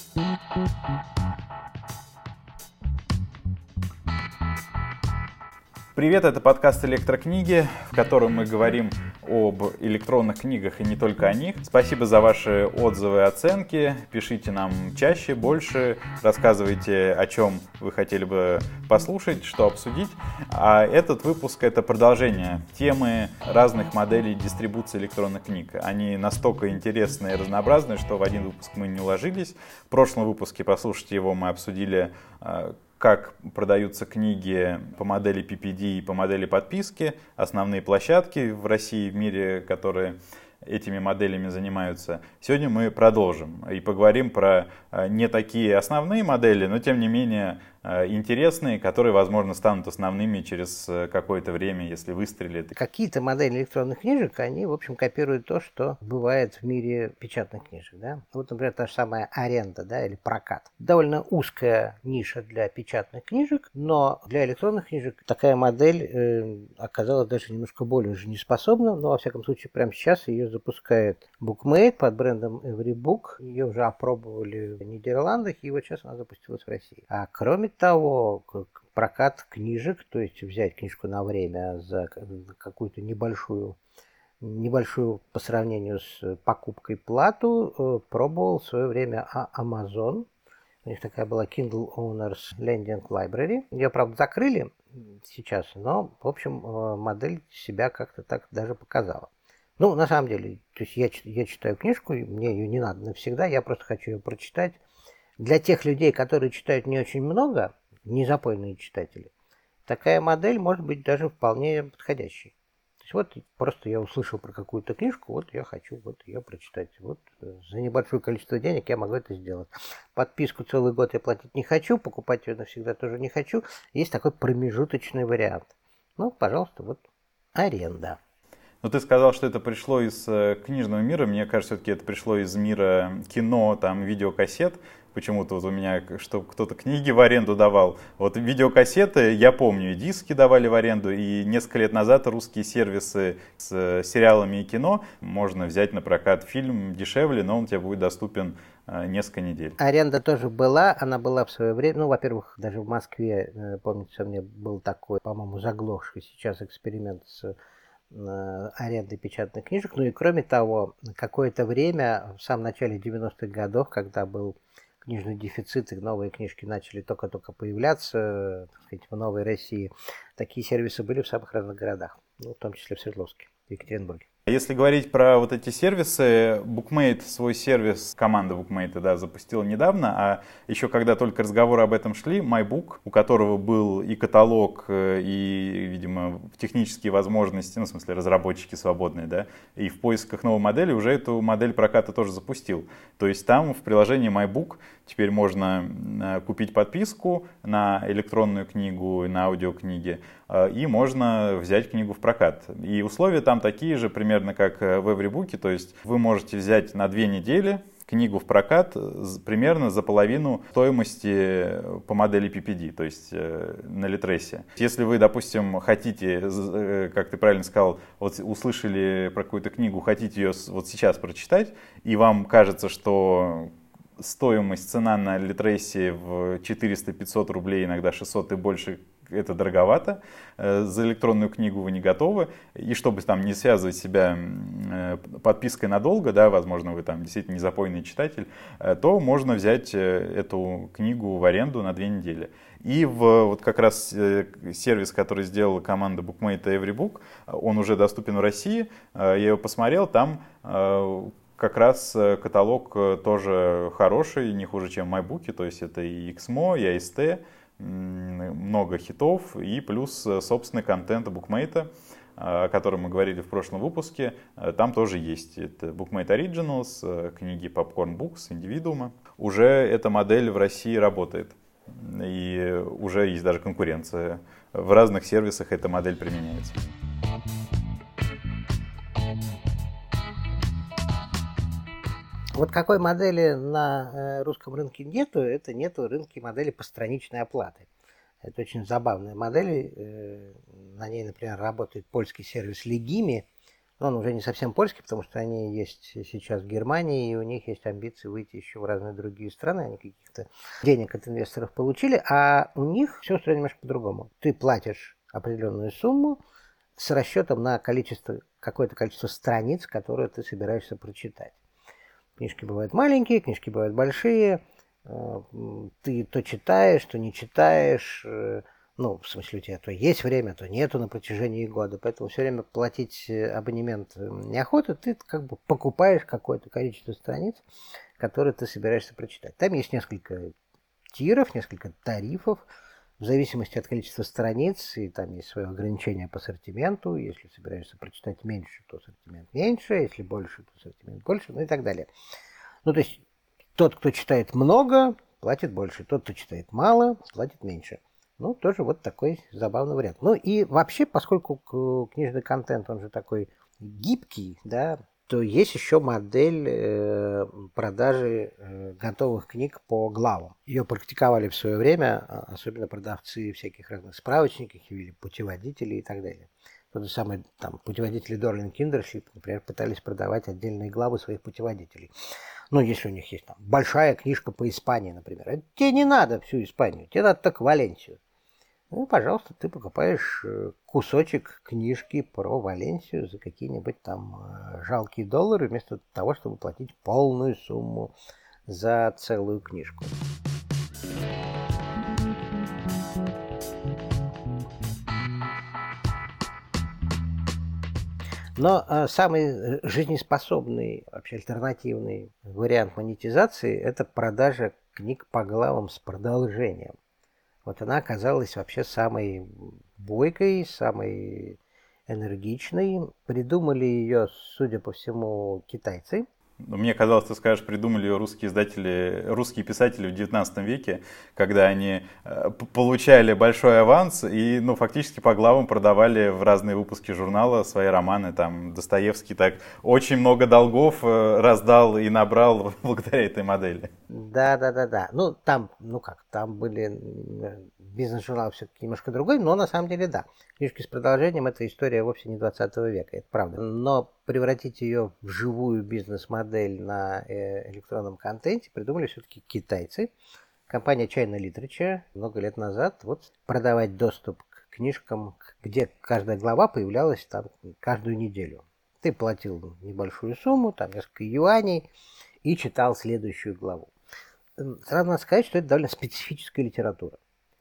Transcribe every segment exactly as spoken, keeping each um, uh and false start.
Привет, это подкаст «Электрокниги», в котором мы говорим об электронных книгах и не только о них. Спасибо за ваши отзывы и оценки. Пишите нам чаще, больше, рассказывайте, о чем вы хотели бы послушать, что обсудить. А этот выпуск — это продолжение темы разных моделей дистрибуции электронных книг. Они настолько интересные и разнообразные, что в один выпуск мы не уложились. В прошлом выпуске, послушайте его, мы обсудили, как продаются книги по модели пи пи ди и по модели подписки, основные площадки в России и в мире, которые этими моделями занимаются. Сегодня мы продолжим и поговорим про не такие основные модели, но тем не менее интересные, которые, возможно, станут основными через какое-то время, если выстрелит. Какие-то модели электронных книжек, они, в общем, копируют то, что бывает в мире печатных книжек. Да? Вот, например, та же самая аренда, да, или прокат. Довольно узкая ниша для печатных книжек, но для электронных книжек такая модель э, оказалась даже немножко более жизнеспособна, но, во всяком случае, прямо сейчас ее запускает Bookmate под брендом Everybook. Ее уже опробовали в Нидерландах, и вот сейчас она запустилась в России. А кроме того, прокат книжек, то есть взять книжку на время за какую-то небольшую, небольшую по сравнению с покупкой плату, пробовал в свое время Amazon. У них такая была Kindle Owners Lending Library. Ее, правда, закрыли сейчас, но, в общем, модель себя как-то так даже показала. Ну, на самом деле, то есть я, я читаю книжку, и мне ее не надо навсегда, я просто хочу ее прочитать. Для тех людей, которые читают не очень много, незапойные читатели, такая модель может быть даже вполне подходящей. То есть вот просто я услышал про какую-то книжку, вот я хочу вот ее прочитать. Вот за небольшое количество денег я могу это сделать. Подписку целый год я платить не хочу, покупать ее навсегда тоже не хочу. Есть такой промежуточный вариант. Ну, пожалуйста, вот аренда. Ну, ты сказал, что это пришло из книжного мира. Мне кажется, все-таки это пришло из мира кино, там, видеокассет. Почему-то вот у меня, что кто-то книги в аренду давал. Вот видеокассеты, я помню, и диски давали в аренду, и несколько лет назад русские сервисы с сериалами и кино можно взять на прокат фильм дешевле, но он тебе будет доступен несколько недель. Аренда тоже была, она была в свое время. Ну, во-первых, даже в Москве, помнится, мне был такой, по-моему, заглохший сейчас эксперимент с аренды печатных книжек. Ну и кроме того, какое-то время, в самом начале девяностых годов, когда был книжный дефицит и новые книжки начали только-только появляться, так сказать, в новой России, такие сервисы были в самых разных городах, ну, в том числе в Свердловске, в Екатеринбурге. Если говорить про вот эти сервисы, Bookmate свой сервис, команда Bookmate, да, запустила недавно, а еще когда только разговоры об этом шли, MyBook, у которого был и каталог, и, видимо, технические возможности, ну, в смысле, разработчики свободные, да, и в поисках новой модели уже эту модель проката тоже запустил. То есть там в приложении MyBook теперь можно купить подписку на электронную книгу и на аудиокниги, и можно взять книгу в прокат. И условия там такие же, примерно как в Everybook, то есть вы можете взять на две недели книгу в прокат примерно за половину стоимости по модели пи пи ди, то есть на Литресе. Если вы, допустим, хотите, как ты правильно сказал, вот услышали про какую-то книгу, хотите ее вот сейчас прочитать, и вам кажется, что стоимость, цена на Литресе в четыреста-пятьсот рублей, иногда шестьсот и больше, это дороговато, за электронную книгу вы не готовы, и чтобы там не связывать себя подпиской надолго, да, возможно, вы там действительно незапойный читатель, то можно взять эту книгу в аренду на две недели. И в вот как раз сервис, который сделала команда Bookmate и Everybook, он уже доступен в России, я его посмотрел, там как раз каталог тоже хороший, не хуже, чем в MyBook, то есть это и Эксмо, и эй эс ти, много хитов и плюс собственный контент Bookmate, о котором мы говорили в прошлом выпуске. Там тоже есть. Это Bookmate Originals, книги Popcorn Books, Индивидуума. Уже эта модель в России работает. И уже есть даже конкуренция. В разных сервисах эта модель применяется. Вот какой модели на русском рынке нету, это нету рынке модели постраничной оплаты. Это очень забавная модель. На ней, например, работает польский сервис Legimi. Он уже не совсем польский, потому что они есть сейчас в Германии, и у них есть амбиции выйти еще в разные другие страны. Они каких-то денег от инвесторов получили, а у них все устроено немножко по-другому. Ты платишь определенную сумму с расчетом на количество, какое-то количество страниц, которые ты собираешься прочитать. Книжки бывают маленькие, книжки бывают большие. Ты то читаешь, то не читаешь. Ну, в смысле, у тебя то есть время, то нету на протяжении года. Поэтому все время платить абонемент неохота. Ты как бы покупаешь какое-то количество страниц, которые ты собираешься прочитать. Там есть несколько тиров, несколько тарифов, в зависимости от количества страниц. И там есть свое ограничение по ассортименту. Если собираешься прочитать меньше, то ассортимент меньше. Если больше, то ассортимент больше. Ну и так далее. Ну, то есть тот, кто читает много, платит больше. Тот, кто читает мало, платит меньше. Ну, тоже вот такой забавный вариант. Ну и вообще, поскольку книжный контент, он же такой гибкий, да, то есть еще модель э, продажи э, готовых книг по главам. Ее практиковали в свое время, особенно продавцы всяких разных справочников или путеводителей и так далее. Тот же самый там, путеводители Dorling Kindership, например, пытались продавать отдельные главы своих путеводителей. Ну, если у них есть там большая книжка по Испании, например. Тебе не надо всю Испанию, тебе надо только Валенсию. Ну, пожалуйста, ты покупаешь кусочек книжки про Валенсию за какие-нибудь там жалкие доллары, вместо того, чтобы платить полную сумму за целую книжку. Но а, самый жизнеспособный, вообще альтернативный вариант монетизации – это продажа книг по главам с продолжением. Вот она оказалась вообще самой бойкой, самой энергичной. Придумали ее, судя по всему, китайцы. Мне казалось, ты скажешь, придумали ее русские издатели, русские писатели в девятнадцатом веке, когда они э, получали большой аванс и, ну, фактически по главам продавали в разные выпуски журнала свои романы. Там Достоевский так очень много долгов э, раздал и набрал благодаря этой модели. Да, да, да, да. Ну, там, ну как, там были бизнес-журнал все-таки немножко другой, но на самом деле да. Книжки с продолжением — это история вовсе не двадцатого века, это правда. Но превратить ее в живую бизнес-модель на электронном контенте придумали все-таки китайцы. Компания China Literature много лет назад вот продавать доступ к книжкам, где каждая глава появлялась там каждую неделю. Ты платил небольшую сумму, там несколько юаней, и читал следующую главу. Сразу надо сказать, что это довольно специфическая литература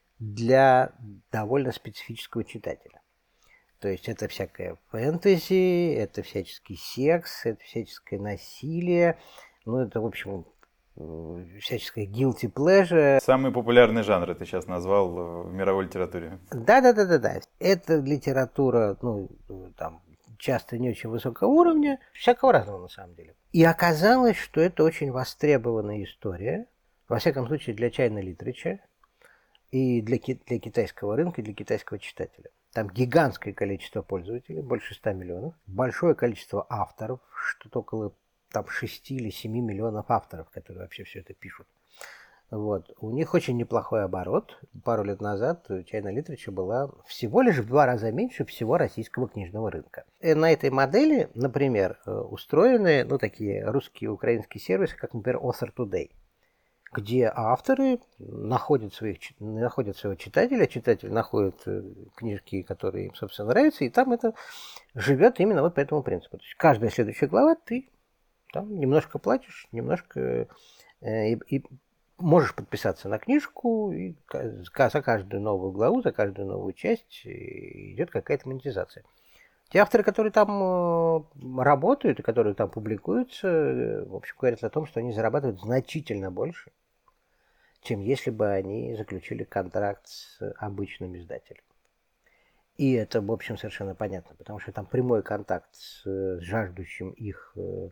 для довольно специфического читателя. То есть это всякое фэнтези, это всяческий секс, это всяческое насилие, ну это, в общем, всяческое guilty pleasure. Самый популярный жанр ты сейчас назвал в мировой литературе. Да-да-да-да-да. Это литература, ну, там, часто не очень высокого уровня, всякого разного на самом деле. И оказалось, что это очень востребованная история, во всяком случае для China Literature и для, ки- для китайского рынка, и для китайского читателя. Там гигантское количество пользователей, больше ста миллионов, большое количество авторов, что-то около там, шести или семи миллионов авторов, которые вообще все это пишут. Вот. У них очень неплохой оборот. Пару лет назад China Literature была всего лишь в два раза меньше всего российского книжного рынка. И на этой модели, например, устроены ну, такие русские и украинские сервисы, как, например, Author Today, где авторы находят, своих, находят своего читателя, читатель находит книжки, которые им, собственно, нравятся, и там это живет именно вот по этому принципу. То есть каждая следующая глава ты там немножко платишь, немножко э, и, и можешь подписаться на книжку, и за каждую новую главу, за каждую новую часть идет какая-то монетизация. Те авторы, которые там работают и которые там публикуются, в общем, говорят о том, что они зарабатывают значительно больше, чем если бы они заключили контракт с обычным издателем. И это, в общем, совершенно понятно, потому что там прямой контакт с жаждущим их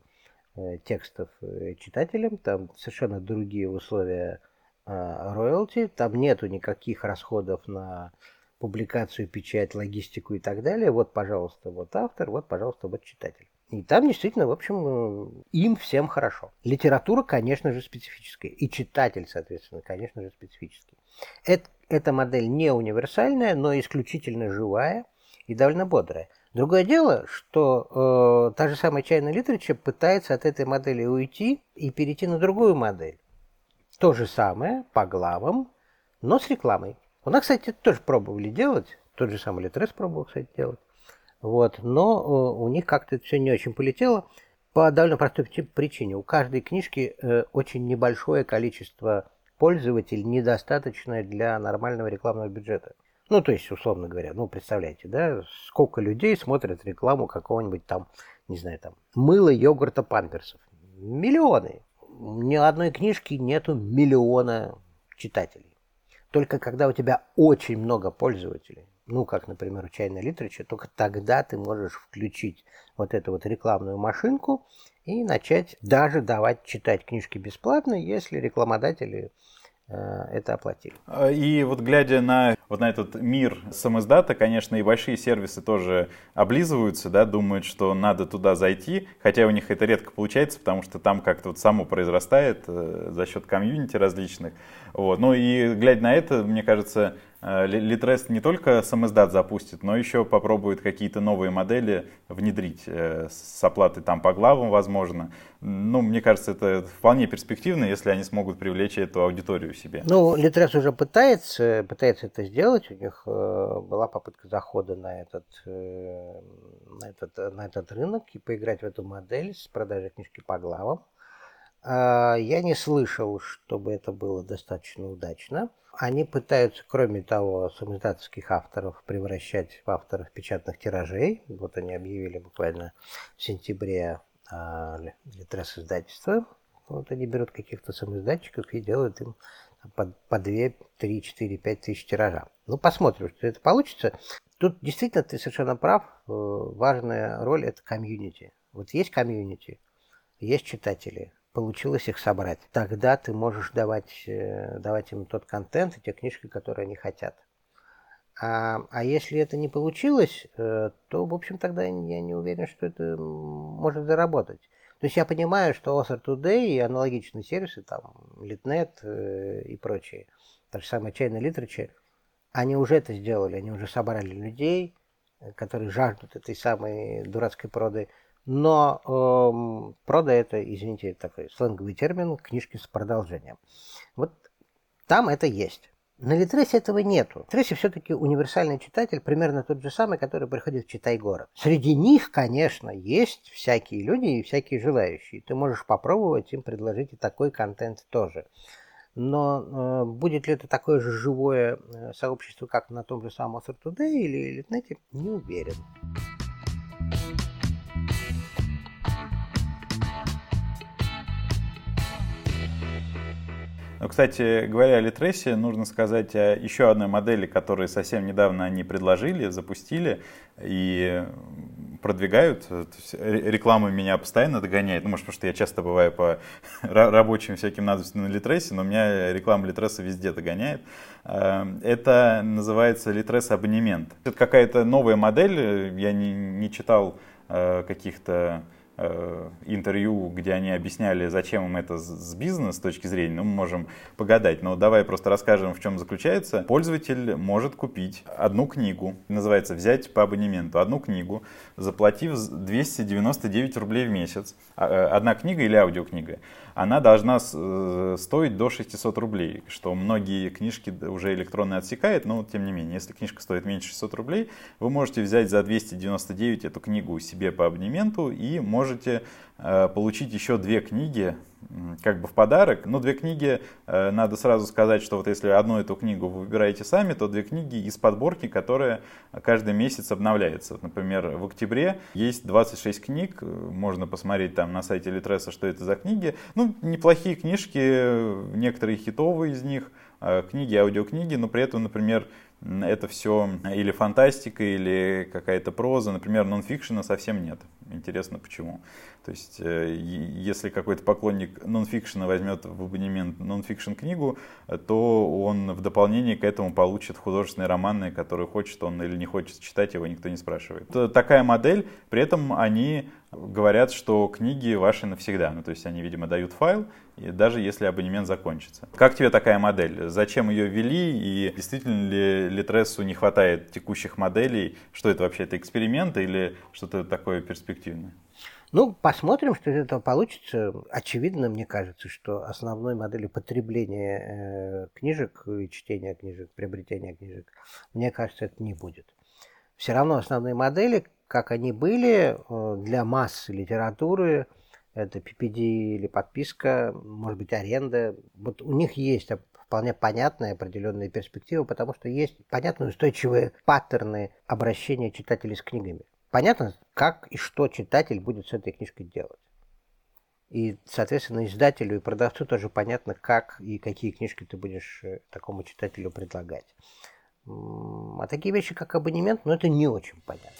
текстов читателем, там совершенно другие условия роялти, там нету никаких расходов на публикацию, печать, логистику и так далее. Вот, пожалуйста, вот автор, вот, пожалуйста, вот читатель. И там действительно, в общем, им всем хорошо. Литература, конечно же, специфическая. И читатель, соответственно, конечно же, специфический. Это, эта модель не универсальная, но исключительно живая и довольно бодрая. Другое дело, что э, та же самая China Literature пытается от этой модели уйти и перейти на другую модель. То же самое по главам, но с рекламой. У нас, кстати, тоже пробовали делать, тот же самый Litres пробовал, кстати, делать. Вот, но э, у них как-то это все не очень полетело по довольно простой причине. У каждой книжки э, очень небольшое количество пользователей, недостаточное для нормального рекламного бюджета. Ну, то есть, условно говоря, ну, представляете, да, сколько людей смотрят рекламу какого-нибудь там, не знаю, там, мыла, йогурта, памперсов. Миллионы. Ни одной книжки нету миллиона читателей. Только когда у тебя очень много пользователей, ну, как, например, у China Literature, только тогда ты можешь включить вот эту вот рекламную машинку и начать даже давать читать книжки бесплатно, если рекламодатели э, это оплатили. И вот глядя на, вот на этот мир самиздата, конечно, и большие сервисы тоже облизываются, да, думают, что надо туда зайти, хотя у них это редко получается, потому что там как-то вот само произрастает э, за счет комьюнити различных. Вот. Ну и глядя на это, мне кажется, Litres не только самиздат запустит, но еще попробует какие-то новые модели внедрить с оплатой там по главам, возможно. Ну, мне кажется, это вполне перспективно, если они смогут привлечь эту аудиторию себе. Ну, Litres уже пытается, пытается это сделать. У них была попытка захода на этот, на этот, на этот рынок и поиграть в эту модель с продажей книжки по главам. Я не слышал, чтобы это было достаточно удачно. Они пытаются, кроме того, самиздатовских авторов превращать в авторов печатных тиражей. Вот они объявили буквально в сентябре Litres издательства. Вот они берут каких-то самиздатчиков и делают им по, по два, три, четыре, пять тысяч тиража. Ну, посмотрим, что это получится. Тут действительно ты совершенно прав. Важная роль – это комьюнити. Вот есть комьюнити, есть читатели. Получилось их собрать. Тогда ты можешь давать, давать им тот контент и те книжки, которые они хотят. А, а если это не получилось, то, в общем, тогда я не уверен, что это может заработать. То есть я понимаю, что Author Today и аналогичные сервисы, там, Litnet и прочие, та же самая China Literature, они уже это сделали, они уже собрали людей, которые жаждут этой самой дурацкой проды. Но э, прода это, извините, такой сленговый термин, книжки с продолжением. Вот там это есть. На Litres этого нету. В Litres все-таки универсальный читатель, примерно тот же самый, который приходит в «Читай город». Среди них, конечно, есть всякие люди и всякие желающие. Ты можешь попробовать им предложить и такой контент тоже. Но э, будет ли это такое же живое сообщество, как на том же самом Author Today или Litnet, не уверен. Ну, кстати говоря, о Litres, нужно сказать о еще одной модели, которую совсем недавно они предложили, запустили и продвигают. Реклама меня постоянно догоняет, ну, может, потому что я часто бываю по рабочим всяким надобностям на Litres, но меня реклама Litres везде догоняет. Это называется Litres абонемент. Это какая-то новая модель, я не, не читал каких-то интервью, где они объясняли, зачем им это с бизнес с точки зрения, ну, мы можем погадать, но давай просто расскажем, в чем заключается. Пользователь может купить одну книгу, называется «Взять по абонементу», одну книгу, заплатив двести девяносто девять рублей в месяц. Одна книга или аудиокнига, она должна стоить до шестисот рублей, что многие книжки уже электронно отсекает, но тем не менее, если книжка стоит меньше шестисот рублей, вы можете взять за двести девяносто девять эту книгу себе по абонементу и можете можете э, получить еще две книги как бы в подарок. Но две книги, э, надо сразу сказать, что вот если одну эту книгу вы выбираете сами, то две книги из подборки, которая каждый месяц обновляется. Вот, например, в октябре есть двадцать шесть книг, можно посмотреть там на сайте Litres, что это за книги. Ну, неплохие книжки, некоторые хитовые из них, э, книги, аудиокниги, но при этом, например, это все или фантастика, или какая-то проза, например, нонфикшена совсем нет. Интересно, почему. То есть, если какой-то поклонник нонфикшена возьмет в абонемент нонфикшн книгу, то он в дополнение к этому получит художественные романы, которые хочет он или не хочет читать, его никто не спрашивает. Такая модель, при этом они говорят, что книги ваши навсегда. Ну, то есть они, видимо, дают файл, и даже если абонемент закончится. Как тебе такая модель? Зачем ее ввели? И действительно ли Литрессу не хватает текущих моделей? Что это вообще? Это эксперимент или что-то такое перспективное? Ну, посмотрим, что из этого получится. Очевидно, мне кажется, что основной моделью потребления э, книжек, и чтения книжек, приобретения книжек, мне кажется, это не будет. Все равно основные модели, как они были э, для массы литературы, это пи пи ди или подписка, может быть, аренда. Вот у них есть вполне понятные определенные перспективы, потому что есть понятные устойчивые паттерны обращения читателей с книгами. Понятно, как и что читатель будет с этой книжкой делать. И, соответственно, издателю и продавцу тоже понятно, как и какие книжки ты будешь такому читателю предлагать. А такие вещи, как абонемент, ну, это не очень понятно.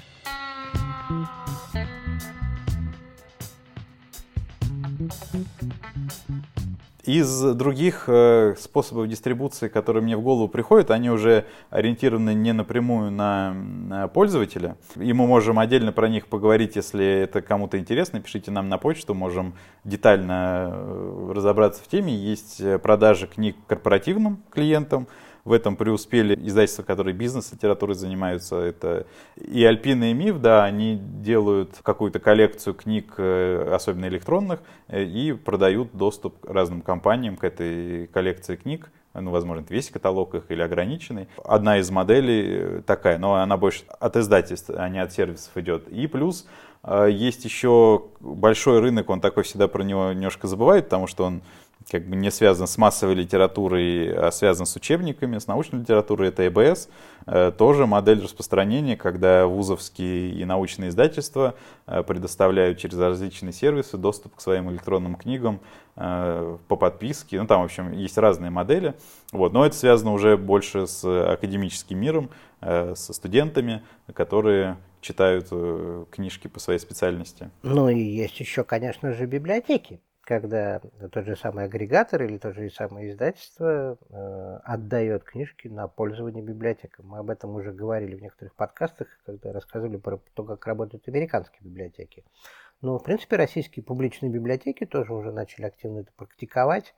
Из других э, способов дистрибуции, которые мне в голову приходят, они уже ориентированы не напрямую на, на пользователя. И мы можем отдельно про них поговорить, если это кому-то интересно. Пишите нам на почту, можем детально разобраться в теме. Есть продажи книг корпоративным клиентам. В этом преуспели издательства, которые бизнес-литературой занимаются. Это и Альпина, и Миф, да, они делают какую-то коллекцию книг, особенно электронных, и продают доступ к разным компаниям к этой коллекции книг. Ну, возможно, это весь каталог их или ограниченный. Одна из моделей такая, но она больше от издательств, а не от сервисов идет. И плюс есть еще большой рынок, он такой всегда про него немножко забывает, потому что он как бы не связан с массовой литературой, а связан с учебниками, с научной литературой, это и бэ эс. Тоже модель распространения, когда вузовские и научные издательства предоставляют через различные сервисы доступ к своим электронным книгам по подписке. Ну, там, в общем, есть разные модели. Вот. Но это связано уже больше с академическим миром, со студентами, которые читают книжки по своей специальности. Ну и есть еще, конечно же, библиотеки, когда тот же самый агрегатор или то же самое издательство э, отдает книжки на пользование библиотекам. Мы об этом уже говорили в некоторых подкастах, когда рассказывали про то, как работают американские библиотеки. Но, в принципе, российские публичные библиотеки тоже уже начали активно это практиковать.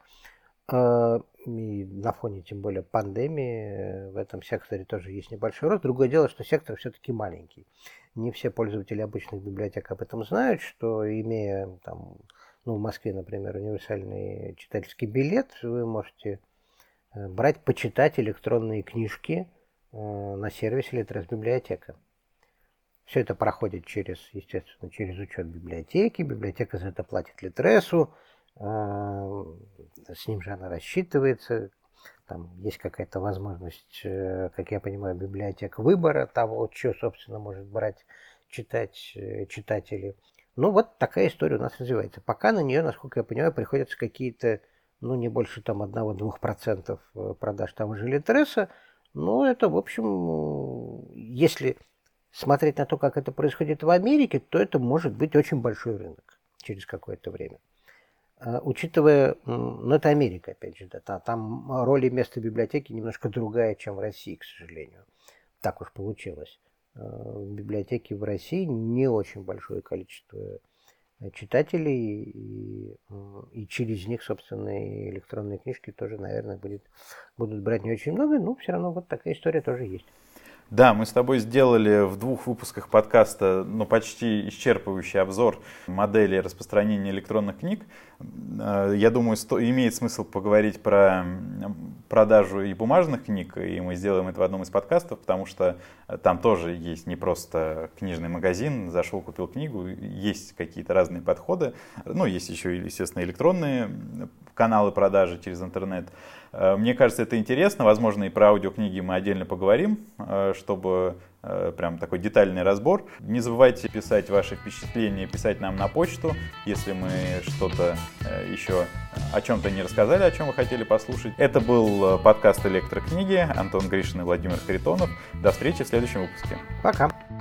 Э, и на фоне, тем более, пандемии в этом секторе тоже есть небольшой рост. Другое дело, что сектор все-таки маленький. Не все пользователи обычных библиотек об этом знают, что, имея там, ну, в Москве, например, универсальный читательский билет, вы можете брать, почитать электронные книжки на сервисе Литрес-библиотека. Все это проходит через, естественно, через учет библиотеки. Библиотека за это платит Литресу. С ним же она рассчитывается. Там есть какая-то возможность, как я понимаю, библиотек выбора того, что, собственно, может брать, читать читатели. Ну, вот такая история у нас развивается. Пока на нее, насколько я понимаю, приходятся какие-то, ну, не больше там одного-двух процентов продаж того же Литреса. Ну, это, в общем, если смотреть на то, как это происходит в Америке, то это может быть очень большой рынок через какое-то время. Учитывая, ну, это Америка, опять же, да, там роль и место библиотеки немножко другая, чем в России, к сожалению. Так уж получилось. В библиотеке в России не очень большое количество читателей, и, и через них, собственно, и электронные книжки тоже, наверное, будет, будут брать не очень много, но все равно вот такая история тоже есть. Да, мы с тобой сделали в двух выпусках подкаста, ну, почти исчерпывающий обзор модели распространения электронных книг. Я думаю, сто... имеет смысл поговорить про продажу и бумажных книг, и мы сделаем это в одном из подкастов, потому что там тоже есть не просто книжный магазин, зашел, купил книгу, есть какие-то разные подходы. Ну, есть еще, естественно, электронные каналы продажи через интернет. Мне кажется, это интересно. Возможно, и про аудиокниги мы отдельно поговорим, чтобы прям такой детальный разбор. Не забывайте писать ваши впечатления, писать нам на почту, если мы что-то еще о чем-то не рассказали, о чем вы хотели послушать. Это был подкаст «Электрокниги». Антон Гришин и Владимир Харитонов. До встречи в следующем выпуске. Пока.